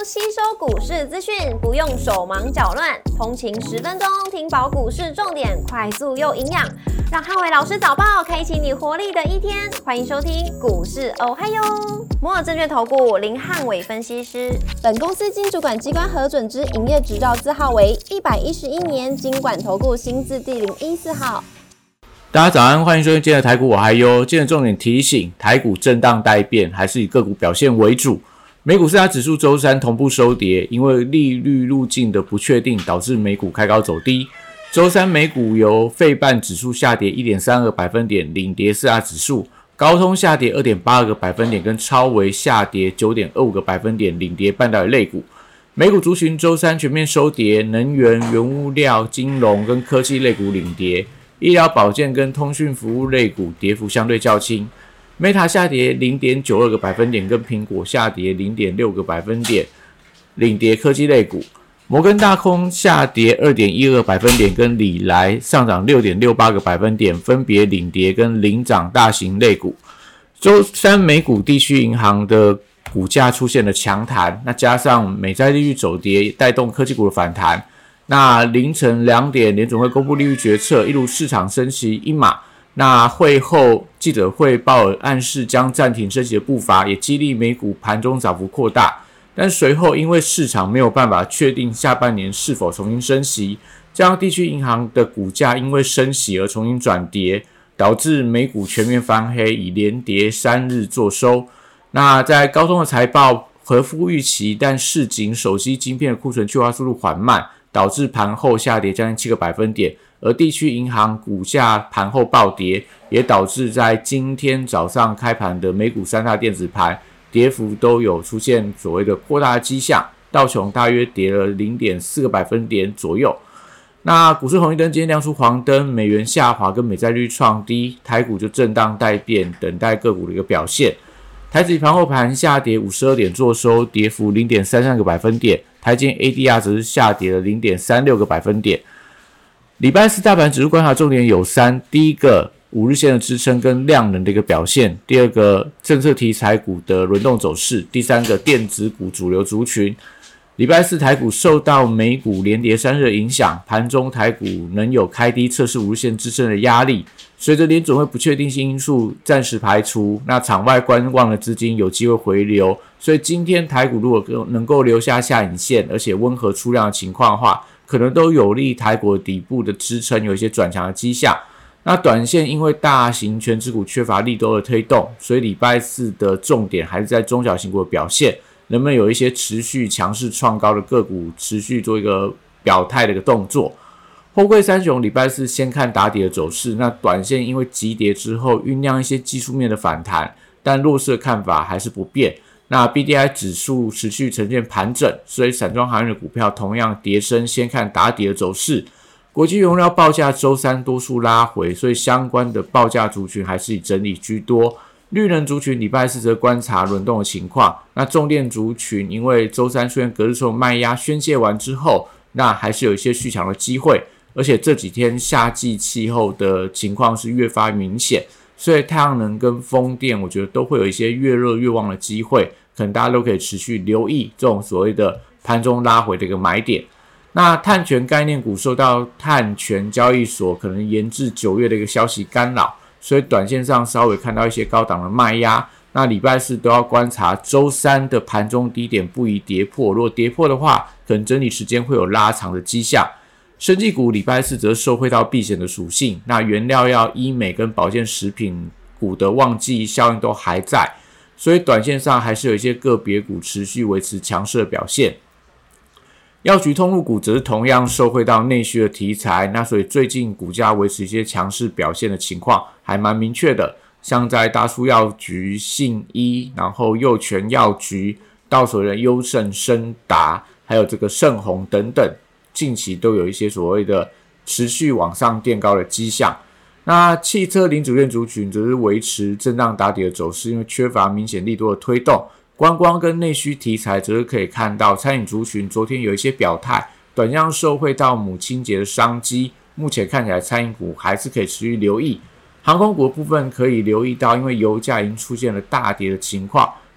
吸收股市资讯，不用手忙脚乱，通勤10分钟听饱股市重点，快速又营养，让汉伟老师早报开启你活力的一天。欢迎收听股市哦嗨哟，摩尔证券投顾林汉伟分析师。本公司经主管机关核准之营业执照字号为111年金管投顾新字第014号。 大家早安，欢迎收听今天的台股我嗨哟。今天的重点提醒，台股震荡待变，还是以个股表现为主。美股四大指数周三同步收跌，因为利率路径的不确定，导致美股开高走低。周三美股由费半指数下跌 1.32 个百分点领跌四大指数，高通下跌 2.82 个百分点，跟超微下跌 9.25 个百分点领跌半导体类股。美股族群周三全面收跌，能源、原物料、金融跟科技类股领跌。医疗保健跟通讯服务类股跌幅相对较轻 ，Meta 下跌 0.92 个百分点，跟苹果下跌 0.6 个百分点，领跌科技类股。摩根大通下跌 2.12 个百分点，跟礼来上涨 6.68 个百分点，分别领跌跟领涨大型类股。周三美股地区银行的股价出现了强弹，那加上美债利率走跌，带动科技股的反弹。那凌晨2点，联准会公布利率决策，一如市场升息1码。那会后记者会，鲍尔暗示将暂停升息的步伐，也激励美股盘中涨幅扩大。但随后因为市场没有办法确定下半年是否重新升息，加上地区银行的股价因为升息而重新转跌，导致美股全面翻黑，以连跌3日作收。那在高通的财报合乎预期，但市井手机晶片的库存去化速度缓慢，导致盘后下跌将近7个百分点，而地区银行股价盘后暴跌，也导致在今天早上开盘的美股三大电子盘跌幅都有出现所谓的扩大的迹象，道琼大约跌了 0.4 个百分点左右。那股市红绿灯今天亮出黄灯，美元下滑跟美债率创低，台股就震荡待变，等待个股的一个表现。台指盘后盘下跌52点作收，跌幅 0.33 个百分点，台积 ADR 则是下跌了 0.36 个百分点。礼拜四大盘指数观察重点有3，第一个5日线的支撑跟量能的一个表现，第二个政策题材股的轮动走势，第三个电子股主流族群。礼拜四台股受到美股连跌3日的影响，盘中台股能有开低测试5日线支撑的压力，随着联准会不确定性因素暂时排除，那场外观望的资金有机会回流，所以今天台股如果能够留下下影线，而且温和出量的情况的话，可能都有利台股底部的支撑有一些转强的迹象。那短线因为大型全指股缺乏利多的推动，所以礼拜四的重点还是在中小型股的表现，能不能有一些持续强势创高的个股持续做一个表态的一个动作。货柜三雄礼拜四先看打底的走势，那短线因为急跌之后酝酿一些技术面的反弹，但弱势的看法还是不变。那 BDI 指数持续呈现盘整，所以散装航运的股票同样跌升，先看打底的走势。国际原料报价周三多数拉回，所以相关的报价族群还是以整理居多。绿能族群礼拜四则观察轮动的情况，那重电族群因为周三出现隔日冲卖压宣泄完之后，那还是有一些续强的机会，而且这几天夏季气候的情况是越发明显，所以太阳能跟风电我觉得都会有一些越热越旺的机会，可能大家都可以持续留意这种所谓的盘中拉回的一个买点。那碳权概念股受到碳权交易所可能延至9月的一个消息干扰，所以短线上稍微看到一些高档的卖压。那礼拜四都要观察周三的盘中低点不宜跌破，如果跌破的话，可能整理时间会有拉长的迹象。生技股礼拜四则受惠到避险的属性，那原料药、医美跟保健食品股的旺季效应都还在，所以短线上还是有一些个别股持续维持强势的表现。药局通路股则是同样受惠到内需的题材，那所以最近股价维持一些强势表现的情况还蛮明确的，像在大苏药局、信医，然后佑全药局、到所谓的优胜、昇達，还有这个盛虹等等，近期都有一些所谓的持续往上垫高的迹象。那汽车零组件族群则是维持震荡打底的走势，因为缺乏明显利多的推动。观光跟内需题材则是可以看到餐饮族群昨天有一些表态，短线受惠到母亲节的商机，目前看起来餐饮股还是可以持续留意。航空股的部分可以留意到，因为油价已经出现了大跌的情况，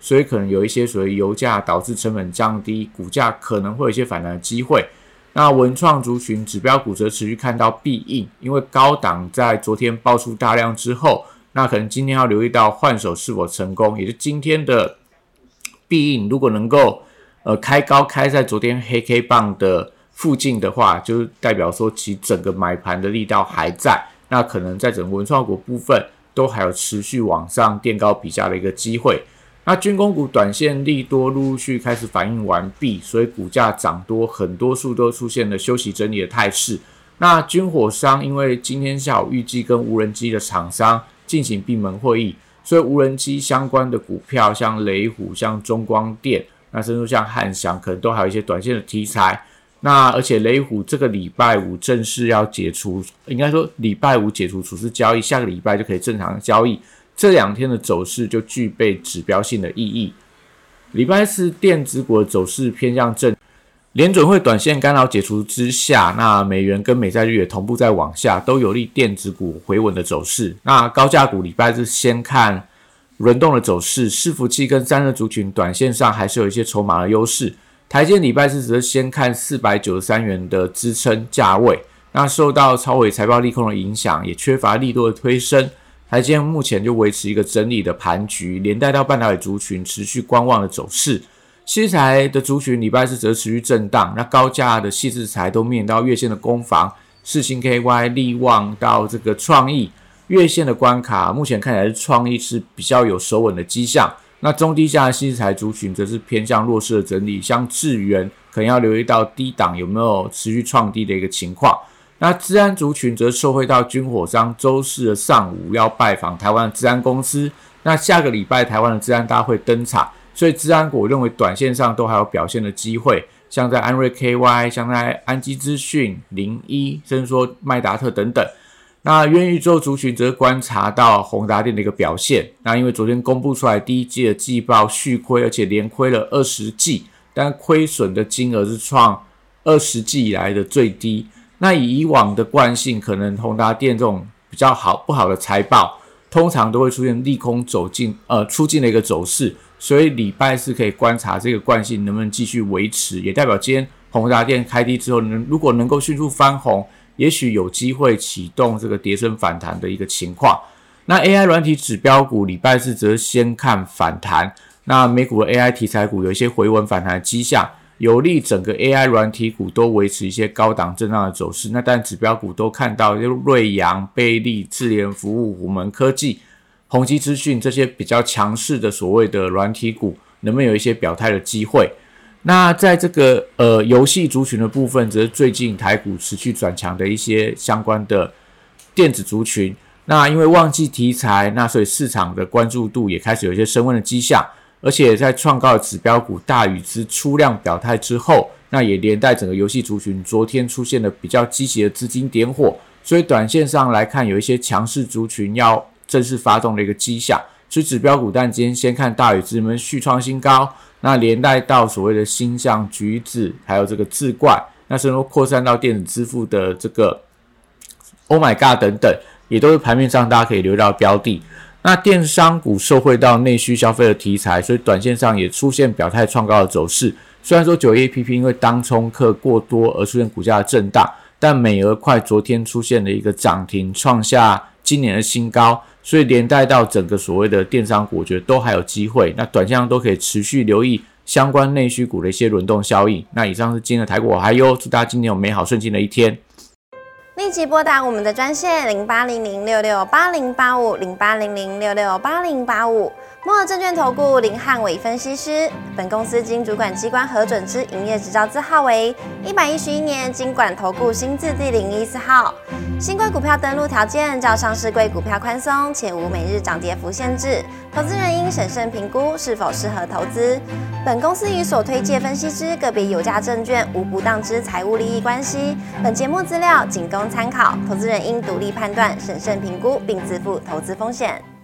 所以可能有一些所谓油价导致成本降低，股价可能会有一些反弹的机会。那文创族群指标股则持续看到必应，因为高档在昨天爆出大量之后，那可能今天要留意到换手是否成功，也就今天的必应如果能够开高开在昨天黑 K 棒的附近的话，就是代表说其整个买盘的力道还在，那可能在整个文创股部分都还有持续往上垫高比价的一个机会。那军工股短线利多陆陆续开始反应完毕，所以股价涨多，很多数都出现了休息整理的态势。那军火商因为今天下午预计跟无人机的厂商进行闭门会议，所以无人机相关的股票像雷虎、像中光电，那甚至像汉翔可能都还有一些短线的题材。那而且雷虎这个礼拜五正式要解除，应该说礼拜五解除处置交易，下个礼拜就可以正常交易。这2天的走势就具备指标性的意义。礼拜四电子股的走势偏向正，联准会短线干扰解除之下，那美元跟美债率也同步在往下，都有利电子股回稳的走势。那高价股礼拜四先看轮动的走势，伺服器跟散热族群短线上还是有一些筹码的优势。台积电礼拜四只是先看493元的支撑价位，那受到超微财报利空的影响，也缺乏利多的推升。台积电目前就维持一个整理的盘局，连带到半导体族群持续观望的走势。矽材的族群礼拜四则持续震荡，那高价的矽智财都面临到月线的攻防，世芯 KY、力旺到这个创意月线的关卡，目前看起来是创意是比较有守稳的迹象。那中低价的矽智财族群则是偏向弱势的整理，像智原可能要留意到低档有没有持续创低的一个情况。那资安族群则受惠到军火商周四的上午要拜访台湾的资安公司，那下个礼拜台湾的资安大会登场，所以资安股我认为短线上都还有表现的机会，像在安瑞 KY、像在安基资讯、01，甚至说麦达特等等。那元宇宙族群则观察到宏达电的一个表现，那因为昨天公布出来第一季的季报续亏，而且连亏了20季，但亏损的金额是创20季以来的最低。那以往的惯性，可能宏达电这种比较不好的财报，通常都会出现利空出尽的一个走势，所以礼拜四可以观察这个惯性能不能继续维持，也代表今天宏达电开低之后，如果能够迅速翻红，也许有机会启动这个跌升反弹的一个情况。那 AI 软体指标股礼拜四则先看反弹，那美股的 AI 题材股有一些回稳反弹的迹象，有利整个 AI 软体股都维持一些高档震荡的走势。那但指标股都看到瑞阳、贝利、智联服务、虎门科技、宏基资讯这些比较强势的所谓的软体股能不能有一些表态的机会。那在这个游戏族群的部分，则是最近台股持续转强的一些相关的电子族群。那因为旺季题材，那所以市场的关注度也开始有一些升温的迹象，而且在创高的指标股大宇资出量表态之后，那也连带整个游戏族群昨天出现了比较积极的资金点火，所以短线上来看有一些强势族群要正式发动的一个迹象。所以指标股但今天先看大宇资们续创新高，那连带到所谓的星象、橘子还有这个智冠，那甚至扩散到电子支付的这个 Oh my God 等等，也都是盘面上大家可以留意到的标的。那电商股受惠到内需消费的题材，所以短线上也出现表态创高的走势。虽然说91APP 因为当冲客过多而出现股价的震荡，但美而快昨天出现了一个涨停，创下今年的新高，所以连带到整个所谓的电商股，我觉得都还有机会。那短线上都可以持续留意相关内需股的一些轮动效应。那以上是今天的台股我嗨哟，祝大家今天有美好顺心的一天。 立即拨打我们的专线0800668085 0800668085。摩尔证券投顾林汉伟分析师，本公司经主管机关核准之营业执照字号为111年金管投顾新字第014号。新规股票登录条件较上市柜股票宽松，且无每日涨跌幅限制。投资人应审慎评估是否适合投资。本公司与所推介分析之个别有价证券无不当之财务利益关系。本节目资料仅供参考，投资人应独立判断、审慎评估，并自负投资风险。